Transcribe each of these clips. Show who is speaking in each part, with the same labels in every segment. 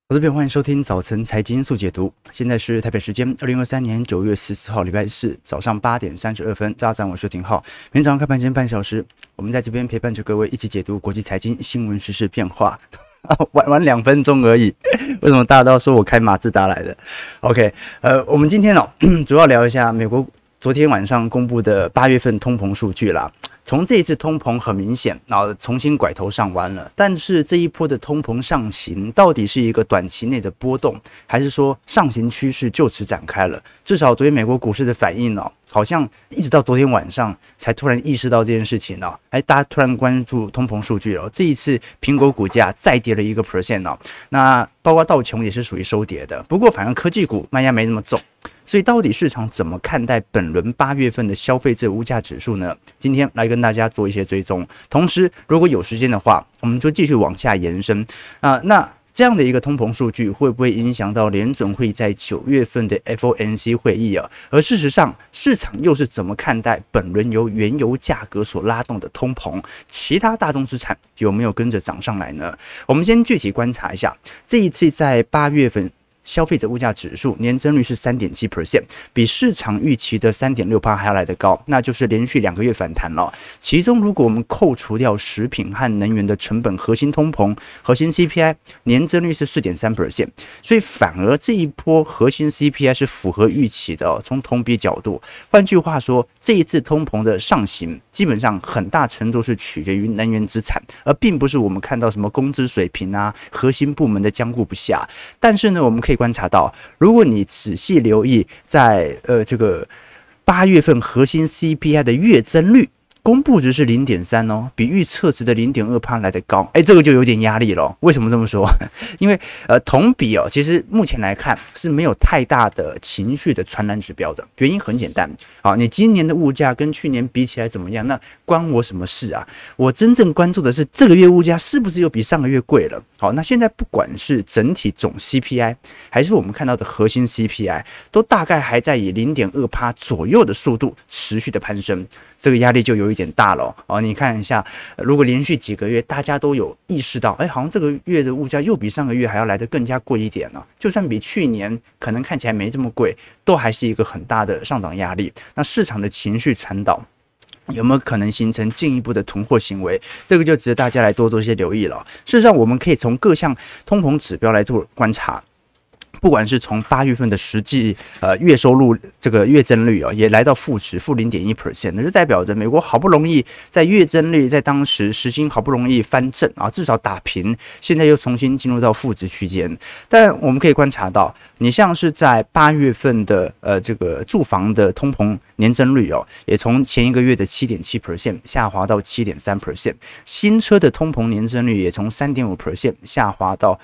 Speaker 1: 投资朋友，欢迎收听早晨财经速解读。现在是台北时间2023年9月14号礼拜四早上8点32分。大家早上，我是廷浩。每天早上开盘前半小时，我们在这边陪伴着各位一起解读国际财经新闻时事变化。晚2分钟而已，为什么大家都说我开马自达来的 ？OK， 我们今天主要聊一下美国昨天晚上公布的8月份通膨数据啦。从这一次通膨很明显，重新拐头上弯了。但是这一波的通膨上行，到底是一个短期内的波动，还是说上行趋势就此展开了？至少昨天美国股市的反应好像一直到昨天晚上才突然意识到这件事情大家突然关注通膨数据了。这一次苹果股价再跌了1%那包括道琼也是属于收跌的。不过反而科技股卖压没那么重。所以到底市场怎么看待本轮8月份的消费者物价指数呢？今天来跟大家做一些追踪。同时，如果有时间的话，我们就继续往下延伸那这样的一个通膨数据会不会影响到联准会在9月份的 FOMC 会议而事实上，市场又是怎么看待本轮由原油价格所拉动的通膨？其他大宗资产有没有跟着涨上来呢？我们先具体观察一下，这一次在8月份。消费者物价指数年增率是 3.7%， 比市场预期的 3.6% 还要来得高，那就是连续2个月反弹了。其中如果我们扣除掉食品和能源的成本核心通膨，核心 CPI 年增率是 4.3%， 所以反而这一波核心 CPI 是符合预期的从同比角度。换句话说，这一次通膨的上行基本上很大程度是取决于能源资产，而并不是我们看到什么工资水平核心部门的僵固不下。但是呢，我们可以观察到，如果你仔细留意在这个8月份核心 CPI 的月增率公布值是 0.3 比预测值的 0.2% 来得高，这个就有点压力了。为什么这么说？因为同比其实目前来看是没有太大的情绪的传染指标的。原因很简单，你今年的物价跟去年比起来怎么样？那关我什么事啊？我真正关注的是这个月物价是不是又比上个月贵了？好，那现在不管是整体总 CPI， 还是我们看到的核心 CPI， 都大概还在以 0.2% 左右的速度持续的攀升，这个压力就有一点大了你看一下，如果连续几个月大家都有意识到，好像这个月的物价又比上个月还要来得更加贵一点就算比去年可能看起来没这么贵，都还是一个很大的上涨压力。那市场的情绪传导有没有可能形成进一步的囤货行为？这个就值得大家来多做一些留意了。事实上，我们可以从各项通膨指标来做观察。不管是从8月份的实际月收入这个月增率也来到负值负 0.1%， 那就代表着美国好不容易在月增率在当时时薪好不容易翻正至少打平，现在又重新进入到负值区间。但我们可以观察到，你像是在8月份的这个住房的通膨年增率也从前一个月的 7.7% 下滑到 7.3%， 新车的通膨年增率也从 3.5% 下滑到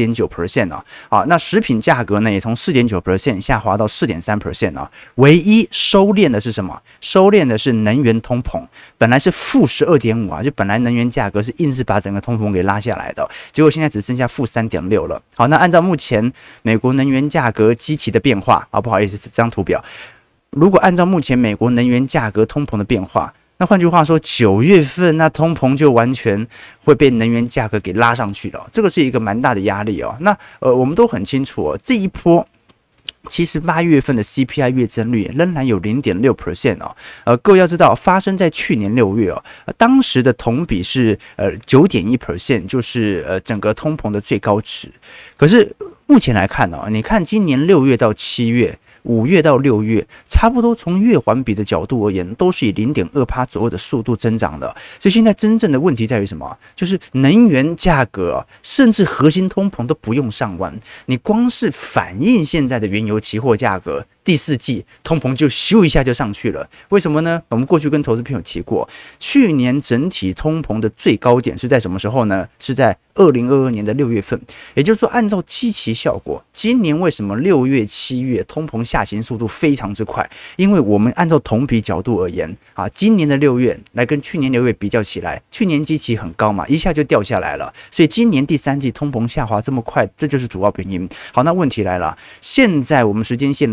Speaker 1: 2.9% 那食品价格呢也从 4.9% 下滑到 4.3% 唯一收敛的是什么？收敛的是能源通膨，本来是负 12.5 就本来能源价格是硬是把整个通膨给拉下来的，结果现在只剩下负 3.6 了。好，那按照目前美国能源价格基期的变化不好意思，这张图表，如果按照目前美国能源价格通膨的变化，那换句话说，9月份那通膨就完全会被能源价格给拉上去了，这个是一个蛮大的压力那我们都很清楚这一波其实8月份的 CPI 月增率仍然有 0.6% 各位要知道，发生在去年6月当时的同比是9.1%， 就是整个通膨的最高值。可是目前来看你看今年6月到7月。5月到6月，差不多从月环比的角度而言，都是以 0.2% 左右的速度增长的。所以现在真正的问题在于什么？就是能源价格甚至核心通膨都不用上弯，你光是反映现在的原油期货价格，第4季通膨就咻一下就上去了。为什么呢？我们过去跟投资朋友提过，去年整体通膨的最高点是在什么时候呢？是在2022年的6月份。也就是说，按照基期效果，今年为什么6月、7月通膨下行速度非常之快？因为我们按照同比角度而言今年的6月来跟去年6月比较起来，去年基期很高嘛，一下就掉下来了，所以今年第3季通膨下滑这么快，这就是主要原因。好，那问题来了，现在我们时间线来到9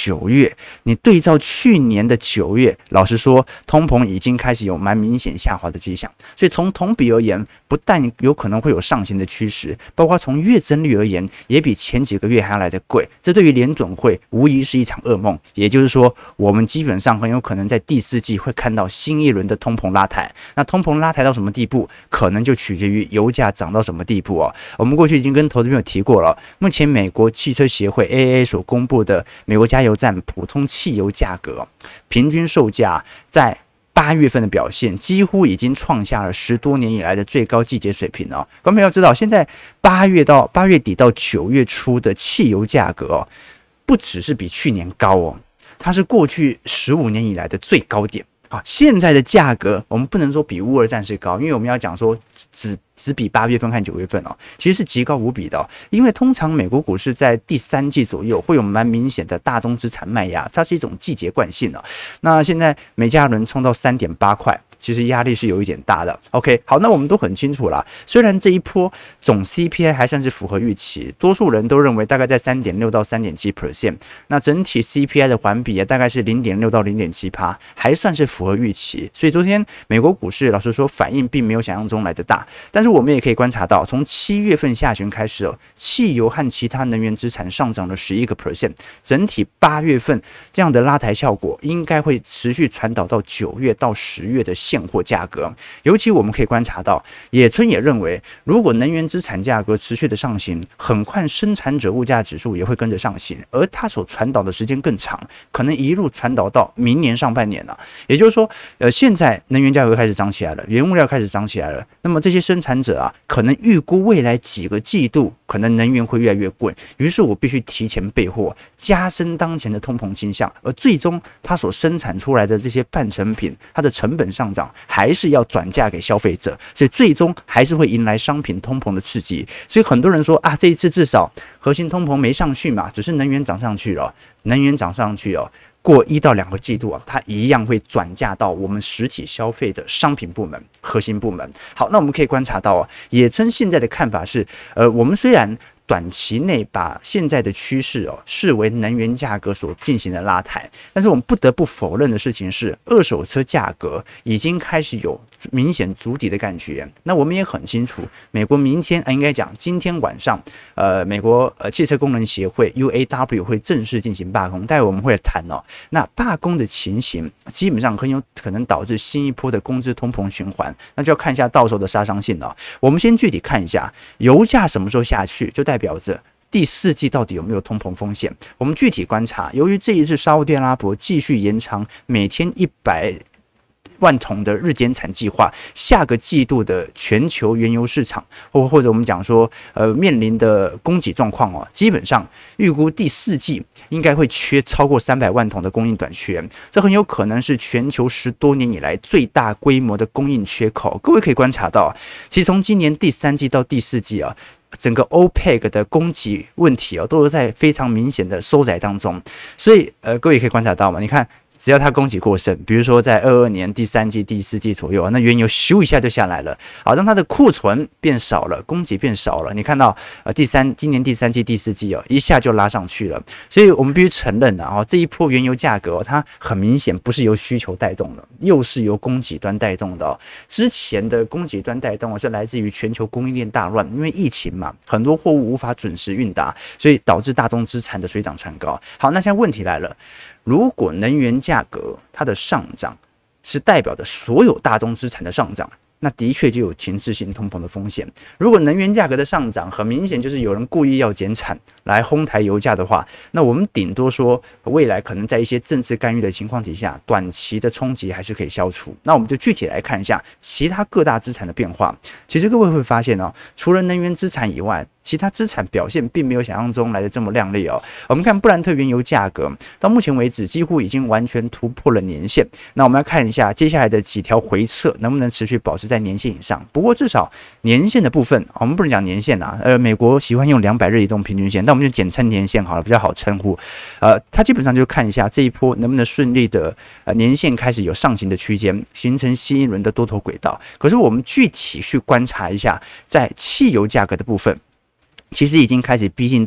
Speaker 1: 9月，你对照去年的9月，老实说，通膨已经开始有蛮明显下滑的迹象。所以从同比而言，不但有可能会有上行的趋势，包括从月增率而言，也比前几个月还要来得贵。这对于联准会无疑是一场噩梦。也就是说，我们基本上很有可能在第4季会看到新一轮的通膨拉抬。那通膨拉抬到什么地步，可能就取决于油价涨到什么地步哦。我们过去已经跟投资朋友提过了，目前美国汽车协会 AAA 所公布的美国加油站普通汽油价格，平均售价在8月份的表现几乎已经创下了10多年以来的最高季节水平哦。观众朋友知道，现在8月底到9月初的汽油价格哦，不只是比去年高哦，它是过去15年以来的最高点。好，现在的价格我们不能说比乌俄战事高，因为我们要讲说只比8月份和9月份哦，其实是极高无比的哦。因为通常美国股市在第3季左右会有蛮明显的大宗资产卖压，它是一种季节惯性哦。那现在每加仑冲到3.8块。其实压力是有一点大的。OK， 好，那我们都很清楚啦。虽然这一波总 CPI 还算是符合预期，多数人都认为大概在 3.6 到 3.7%， 那整体 CPI 的环比也大概是 0.6 到 0.7%， 还算是符合预期。所以昨天美国股市老实说反应并没有想象中来的大，但是我们也可以观察到，从7月份下旬开始哦，汽油和其他能源资产上涨了11%，整体8月份这样的拉抬效果应该会持续传导到9月到10月的现货价格。尤其我们可以观察到，野村也认为，如果能源资产价格持续的上行，很快生产者物价指数也会跟着上行，而它所传导的时间更长，可能一路传导到明年上半年了。也就是说，现在能源价格开始涨起来了，原物料开始涨起来了，那么这些生产者啊，可能预估未来几个季度可能能源会越来越贵，于是我必须提前备货，加深当前的通膨倾向，而最终它所生产出来的这些半成品，它的成本上涨还是要转嫁给消费者，所以最终还是会迎来商品通膨的刺激。所以很多人说啊，这一次至少核心通膨没上去嘛，只是能源涨上去了，能源涨上去哦。过1到2个季度啊，它一样会转嫁到我们实体消费的商品部门、核心部门。好，那我们可以观察到啊，野村现在的看法是，我们虽然短期内把现在的趋势哦视为能源价格所进行的拉抬，但是我们不得不否认的事情是，二手车价格已经开始有明显筑底的感觉。那我们也很清楚，美国明天应该讲今天晚上，美国汽车工人协会 UAW 会正式进行罢工，待会我们会谈哦。那罢工的情形基本上很有可能导致新一波的工资通膨循环，那就要看一下到时候的杀伤性了。我们先具体看一下油价什么时候下去，就代表着第4季到底有没有通膨风险。我们具体观察，由于这一次沙烏地阿拉伯继续延长每天100万桶的日减产计划，下个季度的全球原油市场，或者我们讲说，面临的供给状况哦，基本上预估第4季应该会缺超过300万桶的供应短缺，这很有可能是全球10多年以来最大规模的供应缺口。各位可以观察到，其实从今年第3季到第4季啊，整个 OPEC 的供给问题都是在非常明显的收窄当中，所以各位也可以观察到嘛，你看。只要它供给过剩，比如说在22年第3季、第4季左右，那原油咻一下就下来了，好，让它的库存变少了，供给变少了。你看到今年第3季、第4季哦，一下就拉上去了。所以我们必须承认啊，这一波原油价格它很明显不是由需求带动的，又是由供给端带动的哦。之前的供给端带动是来自于全球供应链大乱，因为疫情嘛，很多货物无法准时运达，所以导致大宗资产的水涨船高。好，那现在问题来了。如果能源价格它的上涨是代表着所有大宗资产的上涨，那的确就有停滞性通膨的风险。如果能源价格的上涨很明显就是有人故意要减产来哄抬油价的话，那我们顶多说未来可能在一些政治干预的情况底下，短期的冲击还是可以消除。那我们就具体来看一下其他各大资产的变化。其实各位会发现哦，除了能源资产以外，其他资产表现并没有想象中来的这么亮丽哦。我们看布兰特原油价格，到目前为止几乎已经完全突破了年线。那我们要看一下接下来的几条回撤能不能持续保持在年线以上。不过至少年线的部分，我们不能讲年线啊，美国喜欢用200日移动平均线，那我们就简称年线好了，比较好称呼。它基本上就看一下这一波能不能顺利的年线开始有上行的区间，形成新一轮的多头轨道。可是我们具体去观察一下，在汽油价格的部分。其实已经开始逼近到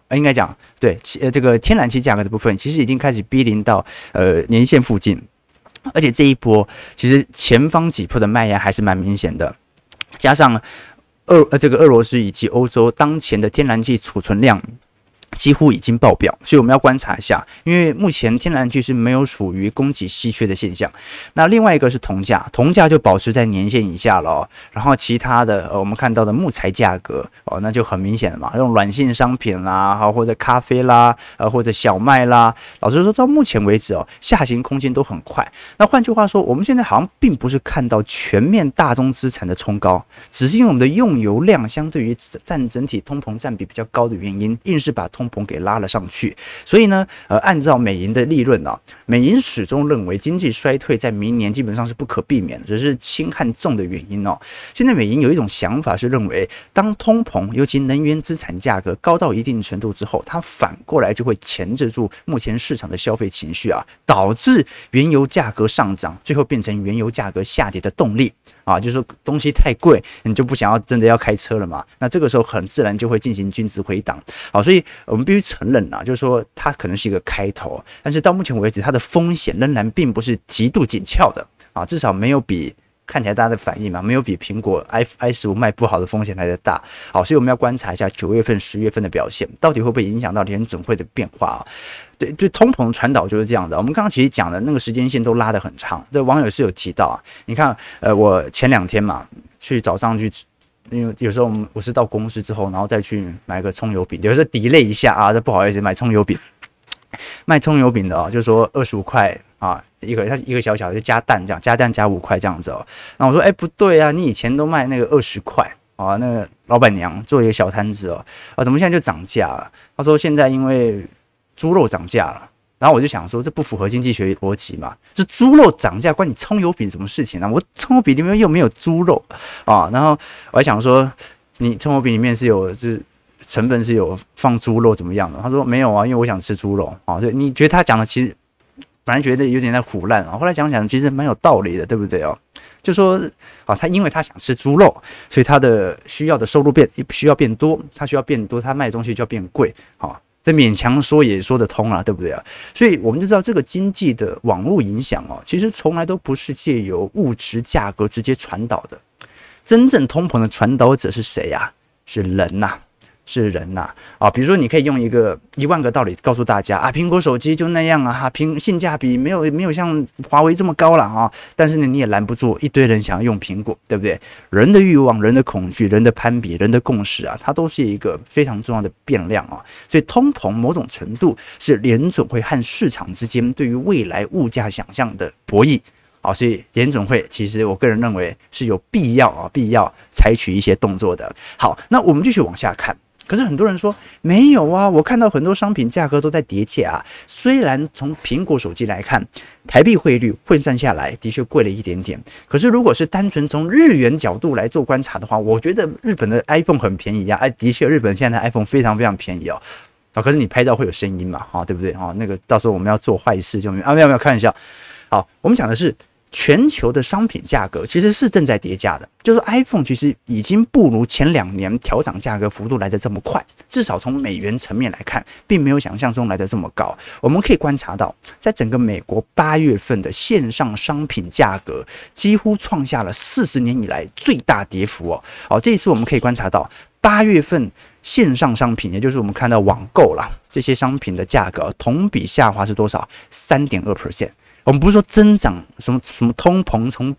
Speaker 1: 应该讲对，这个天然气价格的部分，其实已经开始逼临到年线附近，而且这一波其实前方几波的卖压还是蛮明显的，加上这个俄罗斯以及欧洲当前的天然气储存量几乎已经爆表，所以我们要观察一下，因为目前天然气是没有处于供给稀缺的现象。那另外一个是铜价，铜价就保持在年线以下了哦。然后其他的我们看到的木材价格哦，那就很明显了嘛，这种软性商品啦，或者咖啡啦，或者小麦啦，老实说到目前为止哦，下行空间都很快。那换句话说，我们现在好像并不是看到全面大宗资产的冲高，只是因为我们的用油量相对于占整体通膨占比比较高的原因，硬是把通膨给拉了上去。所以呢，按照美银的利润啊，美银始终认为经济衰退在明年基本上是不可避免的，只是轻和重的原因哦。现在美银有一种想法是认为，当通膨尤其能源资产价格高到一定程度之后，它反过来就会钳制住目前市场的消费情绪啊，导致原油价格上涨，最后变成原油价格下跌的动力。啊，就是说东西太贵，你就不想要真的要开车了嘛？那这个时候很自然就会进行均值回档。好，所以我们必须承认啊，就是说它可能是一个开头，但是到目前为止，它的风险仍然并不是极度紧俏的啊，至少没有比看起来大家的反应嘛，没有比苹果 i15 卖不好的风险来的大。好，所以我们要观察一下9月份、10月份的表现，到底会不会影响到联准会的变化啊？对，就通膨传导就是这样的。我们刚刚其实讲的那个时间线都拉得很长，这网友是有提到啊。你看，我前2天嘛，早上去，因为有时候我是到公司之后，然后再去买个葱油饼，有时候 delay 一下啊，这不好意思，买葱油饼。卖葱油饼的哦，就说25块啊，它一个小小的就加蛋这样，加蛋加5块这样子哦。那我说，不对啊，你以前都卖那个20块啊，那个老板娘做一个小摊子哦，怎么现在就涨价了？他说现在因为猪肉涨价了。然后我就想说，这不符合经济学逻辑嘛？这猪肉涨价关你葱油饼什么事情啊？我葱油饼里面又没有猪肉啊。然后我还想说，你葱油饼里面是成分是有放猪肉怎么样的？他说没有啊，因为我想吃猪肉啊。所以你觉得他讲的其实本来觉得有点在唬烂啊，后来讲讲其实蛮有道理的，对不对哦？就说啊，因为他想吃猪肉，所以他的需要的收入需要变多，他需要变多，他卖的东西就要变贵啊。这勉强说也说得通啊，对不对啊？所以我们就知道这个经济的网络影响哦，其实从来都不是借由物质价格直接传导的。真正通膨的传导者是谁呀？是人呐。是人呐啊，比如说你可以用1万个道理告诉大家啊，苹果手机就那样啊，性价比没有像华为这么高了啊，但是呢你也拦不住一堆人想要用苹果，对不对？人的欲望、人的恐惧、人的攀比、人的共识啊，它都是一个非常重要的变量啊，所以通膨某种程度是联准会和市场之间对于未来物价想象的博弈。好，所以联准会其实我个人认为是有必要采取一些动作的。好，那我们继续往下看。可是很多人说没有啊，我看到很多商品价格都在跌价啊。虽然从苹果手机来看，台币汇率换算下来的确贵了一点点，可是如果是单纯从日元角度来做观察的话，我觉得日本的 iPhone 很便宜啊，的确日本现在的 iPhone 非常非常便宜哦。可是你拍照会有声音嘛，对不对？那个到时候我们要做坏事就没有开玩笑。好，我们讲的是全球的商品价格其实是正在跌价的，就是 iPhone 其实已经不如前2年调涨价格幅度来得这么快，至少从美元层面来看，并没有想象中来得这么高。我们可以观察到，在整个美国8月份的线上商品价格几乎创下了40年以来最大跌幅哦。好，这一次我们可以观察到8月份线上商品，也就是我们看到网购啦这些商品的价格同比下滑是多少？ 3.2%。我们不是说增长什么通膨从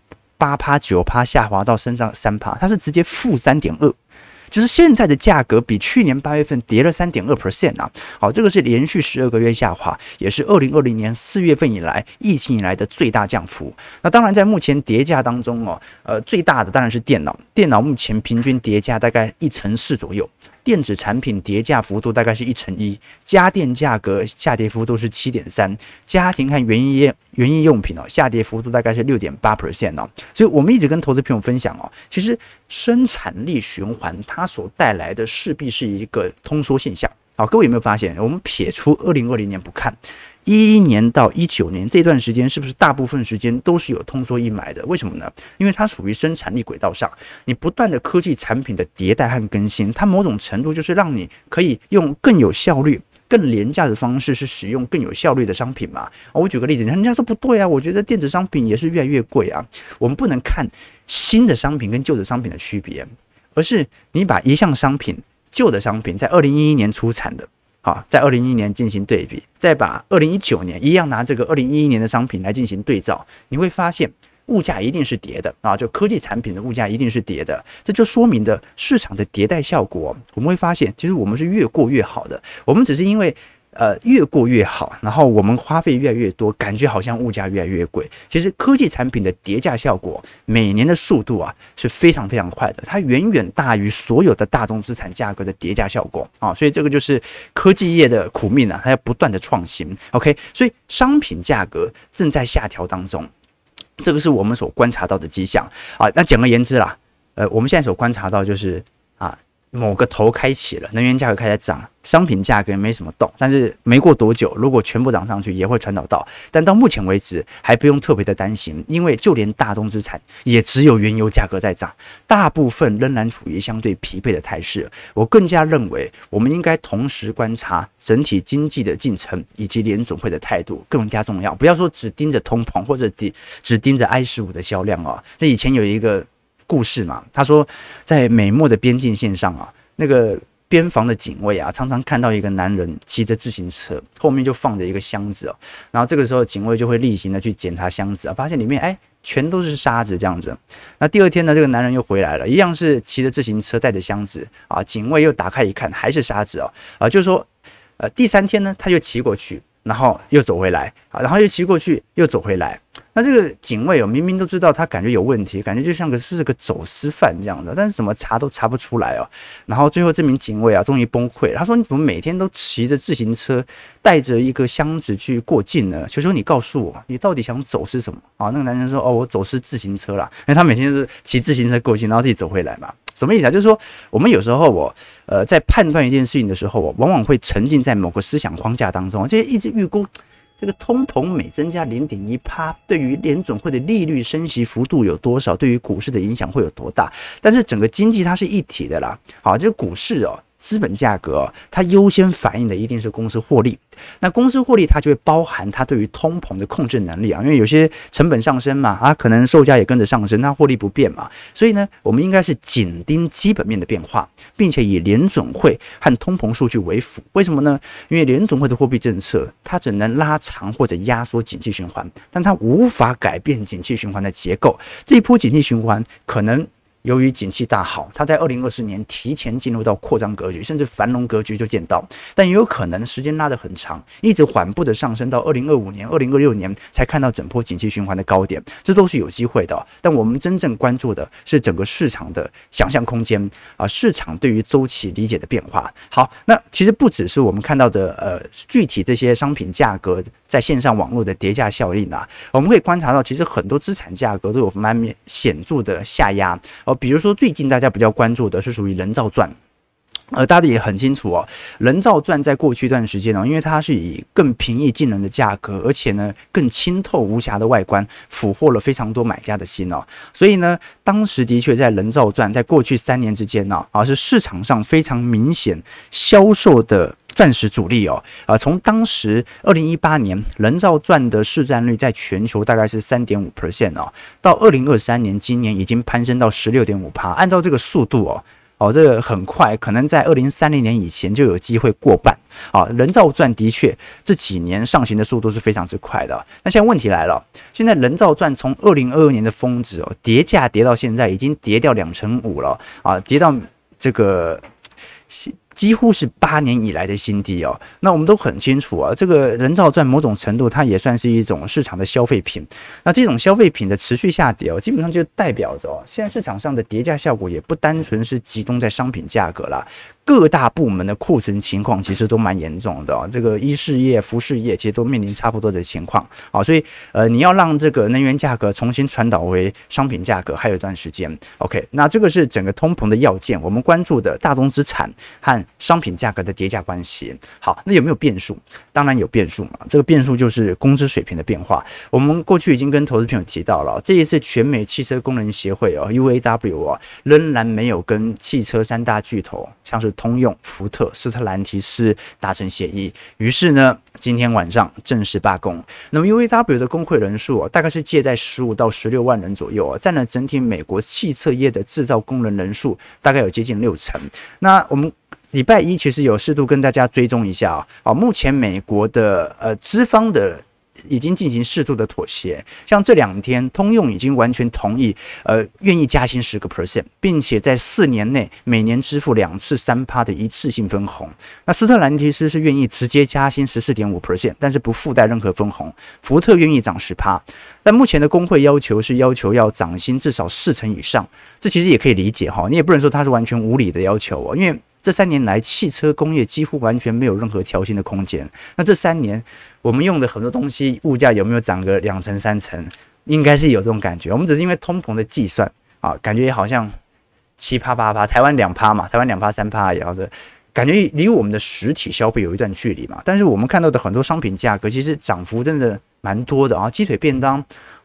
Speaker 1: 8%、9%下滑到升上3%，它是直接负3.2%，就是现在的价格比去年8月份跌了3.2% 啊。好，这个是连续12个月下滑，也是2020年4月份以来疫情以来的最大降幅。那当然，在目前跌价当中哦，最大的当然是电脑目前平均跌价大概1%左右。电子产品跌价幅度大概是1%，家电价格下跌幅度是7.3%，家庭和园艺用品下跌幅度大概是6.8% 哦。所以我们一直跟投资朋友分享哦，其实生产力循环它所带来的势必是一个通缩现象。 好，各位有没有发现，我们撇出2020年不看，11年到19年这段时间，是不是大部分时间都是有通缩阴霾的？为什么呢？因为它属于生产力轨道上，你不断的科技产品的迭代和更新，它某种程度就是让你可以用更有效率、更廉价的方式是使用更有效率的商品嘛。我举个例子，人家说不对啊，我觉得电子商品也是越来越贵啊。我们不能看新的商品跟旧的商品的区别，而是你把一项商品、旧的商品在2011年出产的。好，在2011年进行对比，再把2019年一样拿这个2011年的商品来进行对照，你会发现物价一定是跌的啊，就科技产品的物价一定是跌的，这就说明的市场的迭代效果。我们会发现，其实我们是越过越好的，我们只是因为越过越好，然后我们花费越来越多，感觉好像物价越来越贵。其实科技产品的叠价效果，每年的速度啊是非常非常快的，它远远大于所有的大宗资产价格的叠价效果啊，所以这个就是科技业的苦命啊，它要不断的创新。OK， 所以商品价格正在下调当中，这个是我们所观察到的迹象啊。那简而言之啦，我们现在所观察到就是啊。某个头开启了，能源价格开始涨，商品价格没什么动，但是没过多久，如果全部涨上去，也会传导到。但到目前为止，还不用特别的担心，因为就连大宗资产也只有原油价格在涨，大部分仍然处于相对疲惫的态势。我更加认为，我们应该同时观察整体经济的进程以及联准会的态度更加重要。不要说只盯着通膨或者只盯着 I15的销量啊。那以前有一个故事嘛，他说在美墨的边境线上啊，那个边防的警卫啊，常常看到一个男人骑着自行车，后面就放着一个箱子哦，然后这个时候警卫就会例行的去检查箱子啊，发现里面全都是沙子这样子。那第二天呢，这个男人又回来了，一样是骑着自行车带着箱子啊，警卫又打开一看，还是沙子哦，就是说第三天呢，他又骑过去，然后又走回来啊，然后又骑过去又走回来。那这个警卫明明都知道他感觉有问题，感觉就像是个走私犯这样的，但是怎么查都查不出来哦。然后最后这名警卫啊，终于崩溃了。他说：“你怎么每天都骑着自行车，带着一个箱子去过境呢？求求你告诉我，你到底想走私什么啊？”那个男人说：“哦，我走私自行车啦，因为他每天就是骑自行车过境，然后自己走回来嘛。”什么意思啊？就是说，我们有时候在判断一件事情的时候，往往会沉浸在某个思想框架当中，就一直预估。这个通膨每增加 0.1%， 对于联准会的利率升息幅度有多少？对于股市的影响会有多大？但是整个经济它是一体的啦。好，这个股市资本价格它优先反映的一定是公司获利。那公司获利它就会包含它对于通膨的控制能力啊，因为有些成本上升嘛，可能售价也跟着上升，它获利不变嘛。所以呢，我们应该是紧盯基本面的变化，并且以联准会和通膨数据为辅。为什么呢？因为联准会的货币政策它只能拉长或者压缩景气循环，但它无法改变景气循环的结构。这一波景气循环可能由于景气大好，它在2024年提前进入到扩张格局，甚至繁荣格局就见到，但也有可能时间拉得很长，一直缓步的上升到2025年、2026年才看到整波景气循环的高点，这都是有机会的。但我们真正关注的是整个市场的想象空间啊，市场对于周期理解的变化。好，那其实不只是我们看到的具体这些商品价格在线上网络的叠价效应啊，我们可以观察到，其实很多资产价格都有蛮显著的下压。比如说最近大家比较关注的是属于人造钻。大家也很清楚人造钻在过去一段时间因为它是以更平易近人的价格，而且呢更清透无瑕的外观，俘获了非常多买家的心所以呢，当时的确在人造钻在过去3年之间是市场上非常明显销售的钻石主力从当时2018年人造钻的市占率在全球大概是 3.5% 到2023年今年已经攀升到 16.5%， 按照这个速度这个很快，可能在2030年以前就有机会过半人造钻的确这几年上行的速度是非常之快的那现在问题来了，现在人造钻从2022年的峰值跌价跌到现在已经跌掉2.5%了跌到这个几乎是8年以来的新低那我们都很清楚这个人造钻某种程度它也算是一种市场的消费品。那这种消费品的持续下跌基本上就代表着现在市场上的跌价效果也不单纯是集中在商品价格啦。各大部门的库存情况其实都蛮严重的这个医事业、服饰业其实都面临差不多的情况所以你要让这个能源价格重新传导为商品价格还有一段时间。OK， 那这个是整个通膨的要件，我们关注的大宗资产和商品价格的跌价关系。好，那有没有变数？当然有变数嘛，这个变数就是工资水平的变化。我们过去已经跟投资朋友提到了，这一次全美汽车工人协会UAW 仍然没有跟汽车三大巨头像是通用、福特、斯特兰提斯达成协议，于是呢，今天晚上正式罢工。那么 UAW 的工会人数大概是介在15到16万人左右，占了整体美国汽车业的制造工人人数大概有接近60%。那我们礼拜一其实有适度跟大家追踪一下目前美国的资方的已经进行适度的妥协，像这2天通用已经完全同意愿意加薪10%，并且在4年内每年支付2次3%的一次性分红。那斯特兰提斯是愿意直接加薪14.5%，但是不附带任何分红。福特愿意涨10%，但目前的工会要求是要求要涨薪至少40%以上，这其实也可以理解你也不能说它是完全无理的要求因为这3年来，汽车工业几乎完全没有任何调薪的空间。那这3年，我们用的很多东西，物价有没有涨个2成3成？应该是有这种感觉。我们只是因为通膨的计算感觉好像7%、8%，台湾2%嘛，台湾2%、3%也好着。感觉离我们的实体消费有一段距离嘛，但是我们看到的很多商品价格其实涨幅真的蛮多的鸡腿便当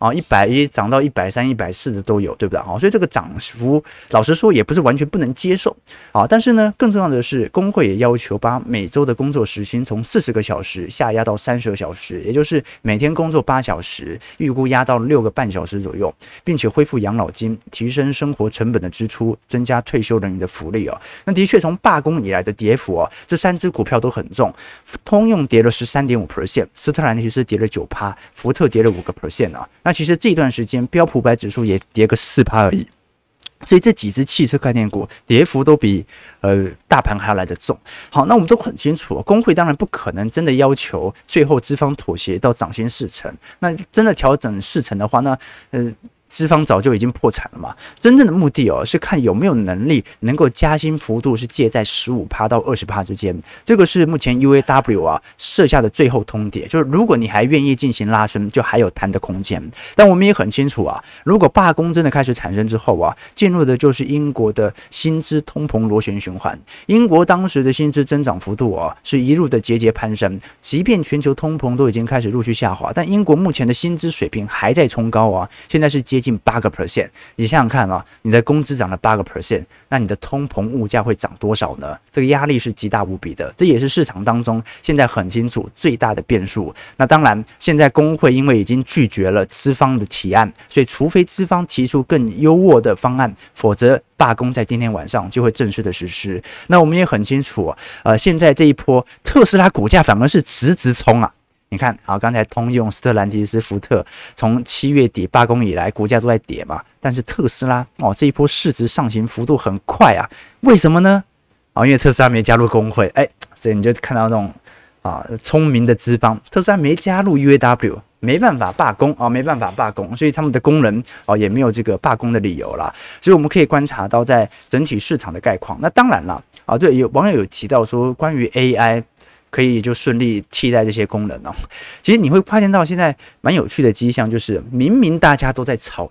Speaker 1: 110涨到130、140的都有，对不对所以这个涨幅老实说也不是完全不能接受但是呢，更重要的是工会也要求把每周的工作时薪从40个小时下压到30个小时，也就是每天工作8小时，预估压到6个半小时左右，并且恢复养老金，提升生活成本的支出，增加退休人员的福利那的确从罢工以来的跌幅这3只股票都很重，通用跌了13.5%，斯特兰提斯跌了9%，福特跌了5%那其实这段时间标普500指数也跌个4%而已。所以这几只汽车概念股跌幅都比大盘还要来得重。好，那我们都很清楚工会当然不可能真的要求最后资方妥协到涨薪40%，那真的调整40%的话，那资方早就已经破产了嘛。真正的目的是看有没有能力能够加薪幅度是介在15%到20%之间，这个是目前 UAW 设下的最后通牒，就是如果你还愿意进行拉升，就还有谈的空间。但我们也很清楚如果罢工真的开始产生之后进入的就是英国的薪资通膨螺旋循环。英国当时的薪资增长幅度是一路的节节攀升，即便全球通膨都已经开始陆续下滑，但英国目前的薪资水平还在冲高现在是接近8%。你想想看你的工资涨了8%，那你的通膨物价会涨多少呢？这个压力是极大无比的，这也是市场当中现在很清楚最大的变数。那当然，现在工会因为已经拒绝了资方的提案，所以除非资方提出更优渥的方案，否则罢工在今天晚上就会正式的实施。那我们也很清楚现在这一波特斯拉股价反而是直冲你看刚才通用、斯特兰提斯、福特从7月底罢工以来股价都在跌嘛，但是特斯拉这一波市值上行幅度很快为什么呢？因为特斯拉没加入工会所以你就看到这种聪明的资方，特斯拉没加入 UAW， 没办法罢工没办法罢工，所以他们的工人也没有这个罢工的理由啦。所以我们可以观察到在整体市场的概况。那当然啦对，有网友有提到说关于 AI可以就顺利替代这些功能其实你会发现到现在蛮有趣的迹象，就是明明大家都在炒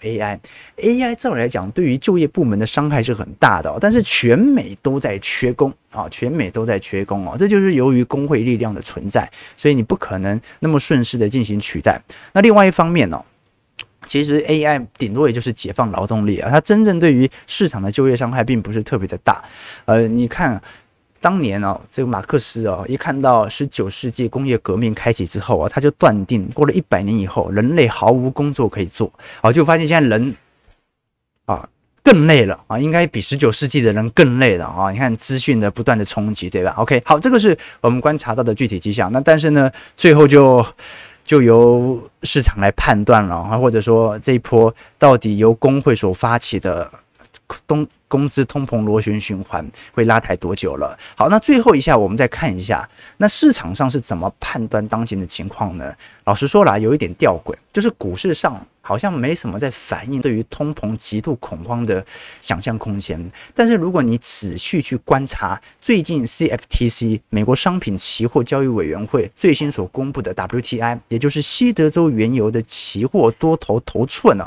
Speaker 1: AI 照理来讲对于就业部门的伤害是很大的但是全美都在缺工全美都在缺工这就是由于工会力量的存在，所以你不可能那么顺势的进行取代。那另外一方面其实 AI 顶多也就是解放劳动力它真正对于市场的就业伤害并不是特别的大。你看当年这个马克思一看到19世纪工业革命开启之后他就断定过了100年以后人类毫无工作可以做就发现现在人更累了应该比19世纪的人更累了你看资讯的不断的冲击，对吧 ？OK， 好，这个是我们观察到的具体迹象。那但是呢，最后就由市场来判断了或者说这一波到底由工会所发起的工资通膨螺旋循环会拉抬多久了？好，那最后一下我们再看一下，那市场上是怎么判断当前的情况呢？老实说啦，有一点吊诡，就是股市上好像没什么在反映对于通膨极度恐慌的想象空间。但是如果你仔细去观察最近 CFTC 美国商品期货交易委员会最新所公布的 WTI， 也就是西德州原油的期货多头头寸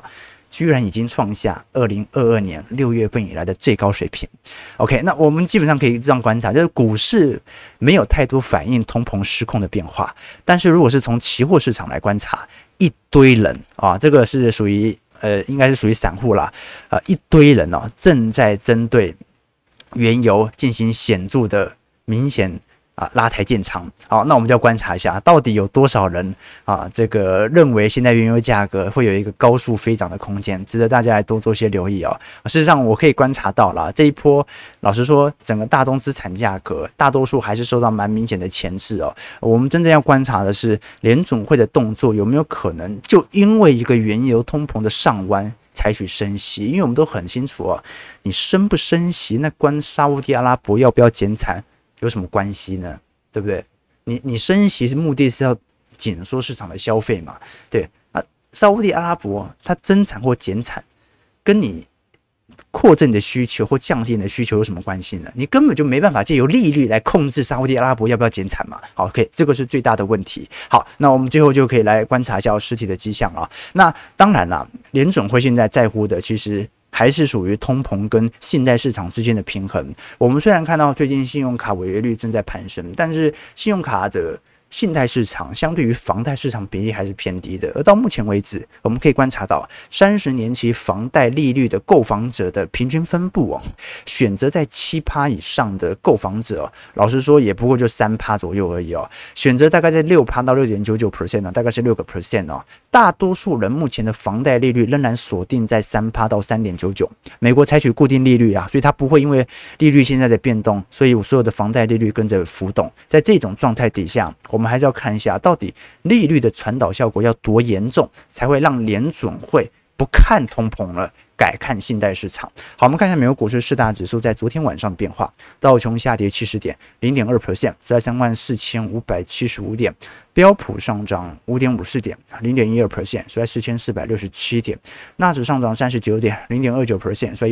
Speaker 1: 居然已经创下2022年6月份以来的最高水平。OK， 那我们基本上可以这样观察，就是股市没有太多反映通膨失控的变化，但是如果是从期货市场来观察，一堆人啊，这个是属于应该是属于散户啦，一堆人哦正在针对原油进行显著的明显拉抬建仓。好，那我们就要观察一下，到底有多少人这个认为现在原油价格会有一个高速飞涨的空间，值得大家来多做些留意哦。事实上，我可以观察到了这一波，老实说，整个大宗资产价格大多数还是受到蛮明显的钳制哦。我们真正要观察的是联准会的动作有没有可能就因为一个原油通膨的上弯采取升息，因为我们都很清楚哦，你升不升息，那关沙烏地阿拉伯要不要减产有什么关系呢？对不对？你升息目的是要紧缩市场的消费嘛？对啊，沙烏地阿拉伯它增产或减产，跟你扩振的需求或降低的需求有什么关系呢？你根本就没办法借由利率来控制沙烏地阿拉伯要不要减产嘛。好 ，OK， 这个是最大的问题。好，那我们最后就可以来观察一下实体的迹象啊。那当然啦，联准会现在在乎的其实还是属于通膨跟信贷市场之间的平衡。我们虽然看到最近信用卡违约率正在攀升，但是信用卡的信贷市场相对于房贷市场比例还是偏低的，而到目前为止，我们可以观察到30年期房贷利率的购房者的平均分布哦，选择在7%以上的购房者，老实说也不过就3%左右而已哦，选择大概在6%到6.99% 大概是6% 哦。大多数人目前的房贷利率仍然锁定在3%到3.99%。美国采取固定利率啊，所以它不会因为利率现在的变动，所以所有的房贷利率跟着浮动。在这种状态底下，我们还是要看一下，到底利率的传导效果要多严重，才会让联准会不看通膨了，改看信贷市场。好，我们看一下美国股市四大指数在昨天晚上的变化。道琼下跌70点 0.2%， 是在34,575点。标普上涨5.54点 0.12%， 是在4467点。纳指上涨39点 0.29%， 是在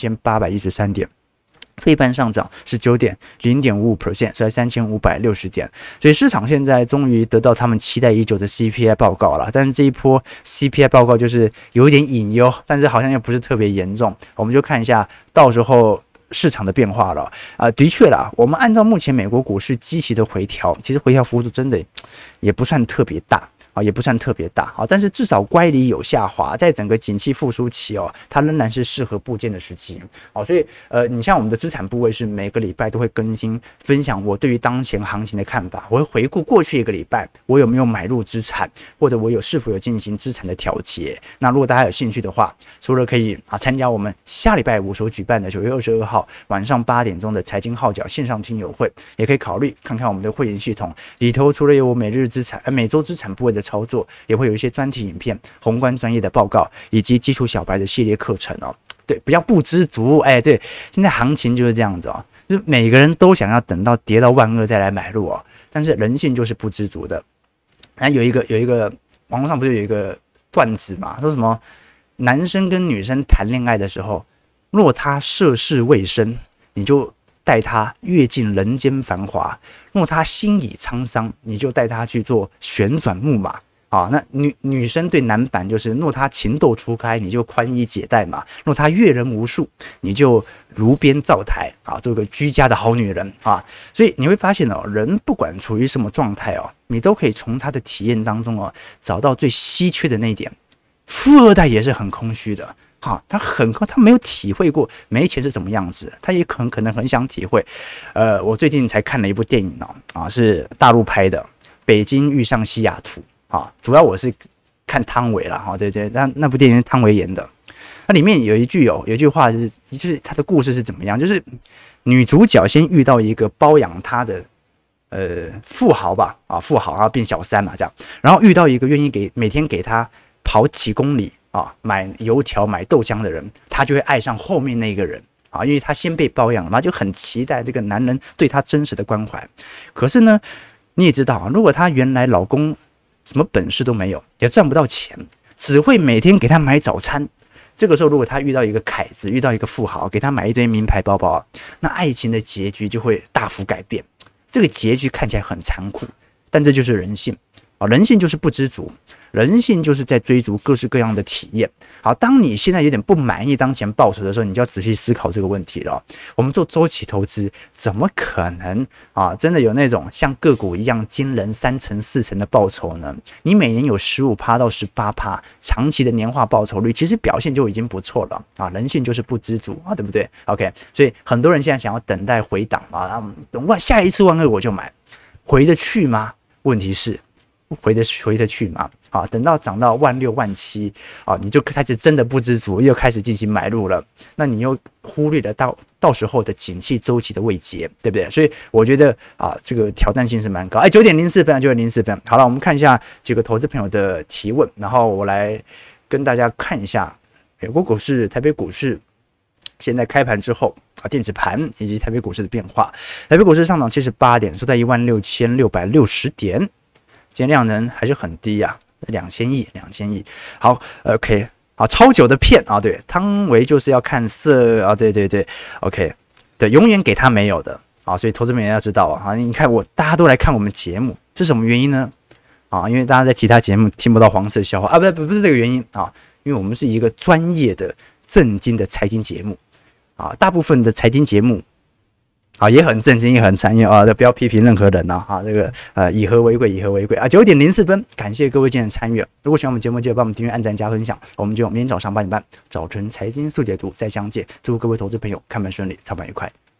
Speaker 1: 13813点。费半上涨19点 0.55%， 是在3560点。所以市场现在终于得到他们期待已久的 CPI 报告了，但是这一波 CPI 报告就是有一点隐忧，但是好像又不是特别严重。我们就看一下到时候市场的变化了的确啦，我们按照目前美国股市积极的回调，其实回调幅度真的也不算特别大。也不算特别大，但是至少乖离有下滑，在整个景气复苏期它仍然是适合部件的时机。所以你像我们的资产部位是每个礼拜都会更新分享我对于当前行情的看法，我会回顾过去一个礼拜我有没有买入资产，或者我是否有进行资产的调节。那如果大家有兴趣的话，除了可以参加我们下礼拜五所举办的9月22号晚上8点钟的财经号角线上听友会，也可以考虑看看我们的会员系统里头，除了有我每周资产部位的操作，也会有一些专题影片、宏观专业的报告，以及基础小白的系列课程哦。对，不要不知足，对，现在行情就是这样子哦，就是每个人都想要等到跌到12000再来买入哦，但是人性就是不知足的。那有一个网络上不是有一个段子嘛，说什么男生跟女生谈恋爱的时候，若他涉世未深，你就带他阅尽人间繁华；若他心已沧桑，你就带他去做旋转木马。那女生对男版就是，若他情窦初开，你就宽衣解带嘛；若他阅人无数，你就炉边灶台做个居家的好女人所以你会发现人不管处于什么状态你都可以从他的体验当中找到最稀缺的那一点。富二代也是很空虚的。他没有体会过没钱是什么样子，他也可能很想体会。我最近才看了一部电影是大陆拍的《北京遇上西雅图》主要我是看汤唯啦对，那部电影是汤唯演的。那里面有一句话就是他的故事是怎么样，就是女主角先遇到一个包养她的富豪吧富豪然后变小三嘛这样，然后遇到一个愿意每天给她跑几公里买油条买豆浆的人，他就会爱上后面那个人因为他先被包养了嘛，就很期待这个男人对他真实的关怀。可是呢，你也知道如果他原来老公什么本事都没有，也赚不到钱，只会每天给他买早餐，这个时候如果他遇到一个凯子，遇到一个富豪，给他买一堆名牌包包，那爱情的结局就会大幅改变。这个结局看起来很残酷，但这就是人性人性就是不知足。 人性就是在追逐各式各样的体验。好，当你现在有点不满意当前报酬的时候，你就要仔细思考这个问题了。我们做周期投资，怎么可能真的有那种像个股一样惊人3成4成的报酬呢？你每年有15%到18%，长期的年化报酬率，其实表现就已经不错了啊。人性就是不知足啊，对不对 ？OK， 所以很多人现在想要等待回档等下一次万恶我就买，回得去吗？问题是回得去吗？等到涨到16000、17000你就开始真的不知足，又开始进行买入了，那你又忽略了到时候的景气周期的位阶，对不对？所以我觉得这个挑战性是蛮高。9:04分，9:04分。好了，我们看一下几个投资朋友的提问，然后我来跟大家看一下美国股市、台北股市现在开盘之后电子盘以及台北股市的变化。台北股市上涨78点，收在16660点，今天量能还是很低啊。2000亿，好 ，OK， 好，超久的骗对，汤唯就是要看色对 ，OK， 对，永远给他没有的所以投资人也要知道你看大家都来看我们节目是什么原因呢？因为大家在其他节目听不到黄色笑话不是这个原因因为我们是一个专业的正经的财经节目大部分的财经节目也很正经，也很残忍不要批评任何人这个以和为贵9:04分，感谢各位今天的参与。如果喜欢我们节目，记得帮我们订阅、按赞、加分享。我们就明天早上8点半早晨财经速解读再相见。祝各位投资朋友看盘顺利，操盘愉快。